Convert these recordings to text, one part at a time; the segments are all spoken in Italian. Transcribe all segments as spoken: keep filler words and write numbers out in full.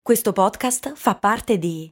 Questo podcast fa parte di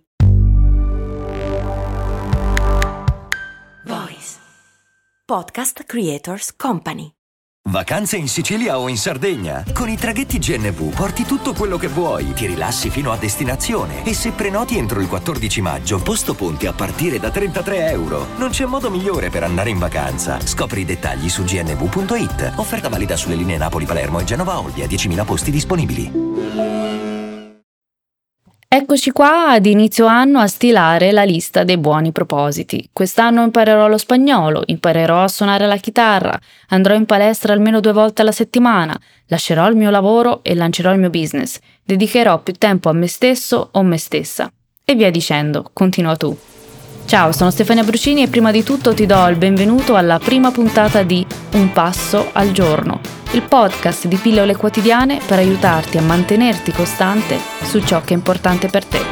Voice Podcast Creators Company. Vacanze in Sicilia o in Sardegna? Con i traghetti G N V porti tutto quello che vuoi, ti rilassi fino a destinazione e se prenoti entro il quattordici maggio, posto ponti a partire da trentatré euro. Non c'è modo migliore per andare in vacanza. Scopri i dettagli su g n v punto i t. Offerta valida sulle linee Napoli-Palermo e Genova-Olbia, diecimila posti disponibili. Eccoci qua ad inizio anno a stilare la lista dei buoni propositi. Quest'anno imparerò lo spagnolo, imparerò a suonare la chitarra, andrò in palestra almeno due volte alla settimana, lascerò il mio lavoro e lancerò il mio business, dedicherò più tempo a me stesso o me stessa. E via dicendo, continua tu. Ciao, sono Stefania Brucini e prima di tutto ti do il benvenuto alla prima puntata di Un Passo al Giorno, il podcast di pillole quotidiane per aiutarti a mantenerti costante su ciò che è importante per te.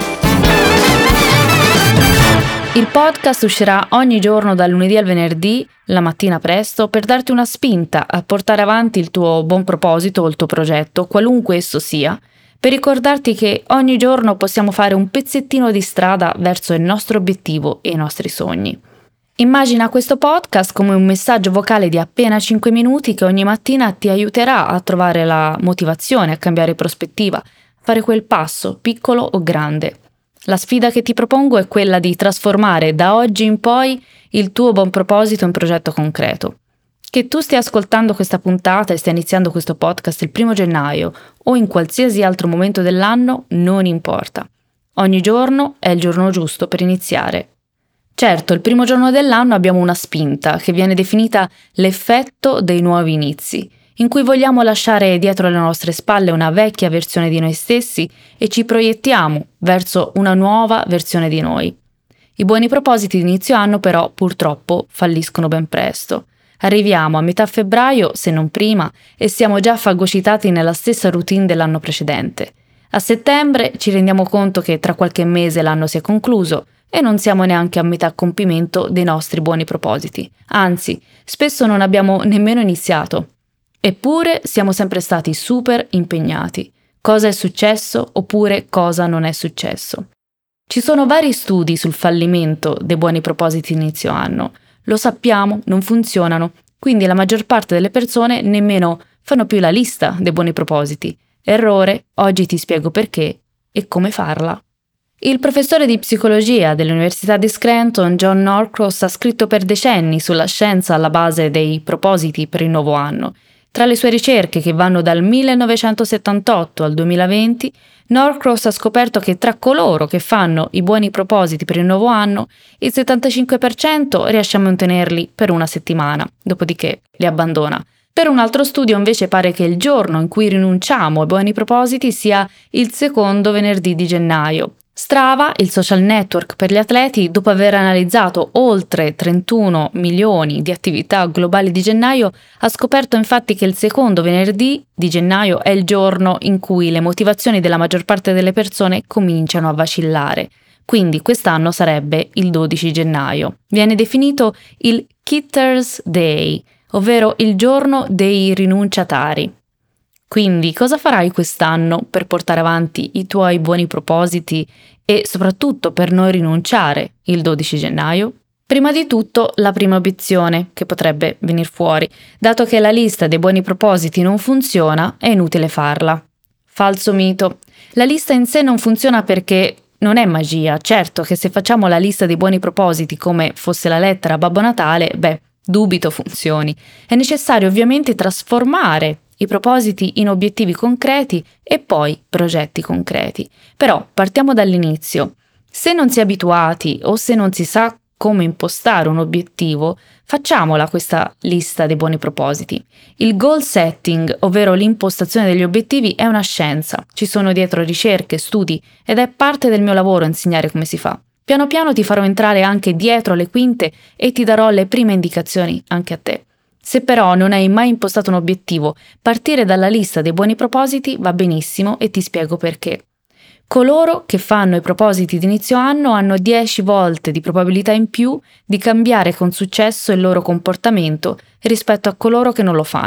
Il podcast uscirà ogni giorno dal lunedì al venerdì, la mattina presto, per darti una spinta a portare avanti il tuo buon proposito o il tuo progetto, qualunque esso sia, per ricordarti che ogni giorno possiamo fare un pezzettino di strada verso il nostro obiettivo e i nostri sogni. Immagina questo podcast come un messaggio vocale di appena cinque minuti che ogni mattina ti aiuterà a trovare la motivazione, a cambiare prospettiva, a fare quel passo, piccolo o grande. La sfida che ti propongo è quella di trasformare da oggi in poi il tuo buon proposito in progetto concreto. Che tu stia ascoltando questa puntata e stia iniziando questo podcast il primo gennaio o in qualsiasi altro momento dell'anno, non importa. Ogni giorno è il giorno giusto per iniziare. Certo, il primo giorno dell'anno abbiamo una spinta che viene definita l'effetto dei nuovi inizi, in cui vogliamo lasciare dietro le nostre spalle una vecchia versione di noi stessi e ci proiettiamo verso una nuova versione di noi. I buoni propositi di inizio anno però purtroppo falliscono ben presto. Arriviamo a metà febbraio, se non prima, e siamo già fagocitati nella stessa routine dell'anno precedente. A settembre ci rendiamo conto che tra qualche mese l'anno si è concluso e non siamo neanche a metà compimento dei nostri buoni propositi. Anzi, spesso non abbiamo nemmeno iniziato. Eppure siamo sempre stati super impegnati. Cosa è successo oppure cosa non è successo? Ci sono vari studi sul fallimento dei buoni propositi di inizio anno. Lo sappiamo, non funzionano, quindi la maggior parte delle persone nemmeno fanno più la lista dei buoni propositi. Errore, oggi ti spiego perché e come farla. Il professore di psicologia dell'Università di Scranton, John Norcross, ha scritto per decenni sulla scienza alla base dei propositi per il nuovo anno. Tra le sue ricerche, che vanno dal millenovecentosettantotto al duemilaventi, Norcross ha scoperto che tra coloro che fanno i buoni propositi per il nuovo anno, il settantacinque per cento riesce a mantenerli per una settimana, dopodiché li abbandona. Per un altro studio invece pare che il giorno in cui rinunciamo ai buoni propositi sia il secondo venerdì di gennaio. Strava, il social network per gli atleti, dopo aver analizzato oltre trentuno milioni di attività globali di gennaio, ha scoperto infatti che il secondo venerdì di gennaio è il giorno in cui le motivazioni della maggior parte delle persone cominciano a vacillare. Quindi quest'anno sarebbe il dodici gennaio. Viene definito il Quitters Day, ovvero il giorno dei rinunciatari. Quindi cosa farai quest'anno per portare avanti i tuoi buoni propositi e soprattutto per non rinunciare il dodici gennaio? Prima di tutto la prima obiezione che potrebbe venir fuori, dato che la lista dei buoni propositi non funziona, è inutile farla. Falso mito. La lista in sé non funziona perché non è magia. Certo che se facciamo la lista dei buoni propositi come fosse la lettera a Babbo Natale, beh, dubito funzioni. È necessario ovviamente trasformare i propositi in obiettivi concreti e poi progetti concreti. Però partiamo dall'inizio. Se non si è abituati o se non si sa come impostare un obiettivo, facciamola questa lista dei buoni propositi. Il goal setting, ovvero l'impostazione degli obiettivi, è una scienza. Ci sono dietro ricerche, studi ed è parte del mio lavoro insegnare come si fa. Piano piano ti farò entrare anche dietro le quinte e ti darò le prime indicazioni anche a te. Se però non hai mai impostato un obiettivo, partire dalla lista dei buoni propositi va benissimo e ti spiego perché. Coloro che fanno i propositi di inizio anno hanno dieci volte di probabilità in più di cambiare con successo il loro comportamento rispetto a coloro che non lo fanno.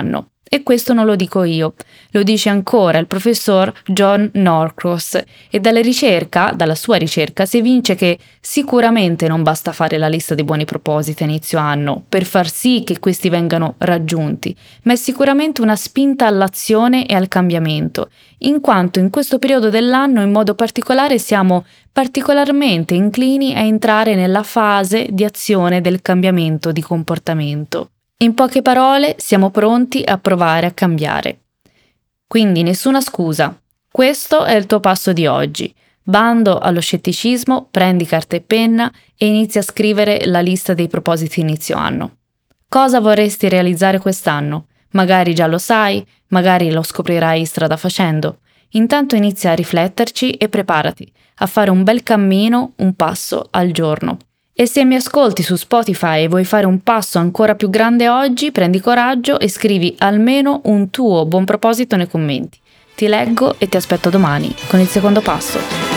E questo non lo dico io, lo dice ancora il professor John Norcross, e dalla ricerca, dalla sua ricerca, si evince che sicuramente non basta fare la lista dei buoni propositi a inizio anno per far sì che questi vengano raggiunti, ma è sicuramente una spinta all'azione e al cambiamento, in quanto in questo periodo dell'anno in modo particolare siamo particolarmente inclini a entrare nella fase di azione del cambiamento di comportamento. In poche parole, siamo pronti a provare a cambiare. Quindi nessuna scusa. Questo è il tuo passo di oggi. Bando allo scetticismo, prendi carta e penna e inizia a scrivere la lista dei propositi inizio anno. Cosa vorresti realizzare quest'anno? Magari già lo sai, magari lo scoprirai strada facendo. Intanto inizia a rifletterci e preparati a fare un bel cammino, un passo al giorno. E se mi ascolti su Spotify e vuoi fare un passo ancora più grande oggi, prendi coraggio e scrivi almeno un tuo buon proposito nei commenti. Ti leggo e ti aspetto domani con il secondo passo.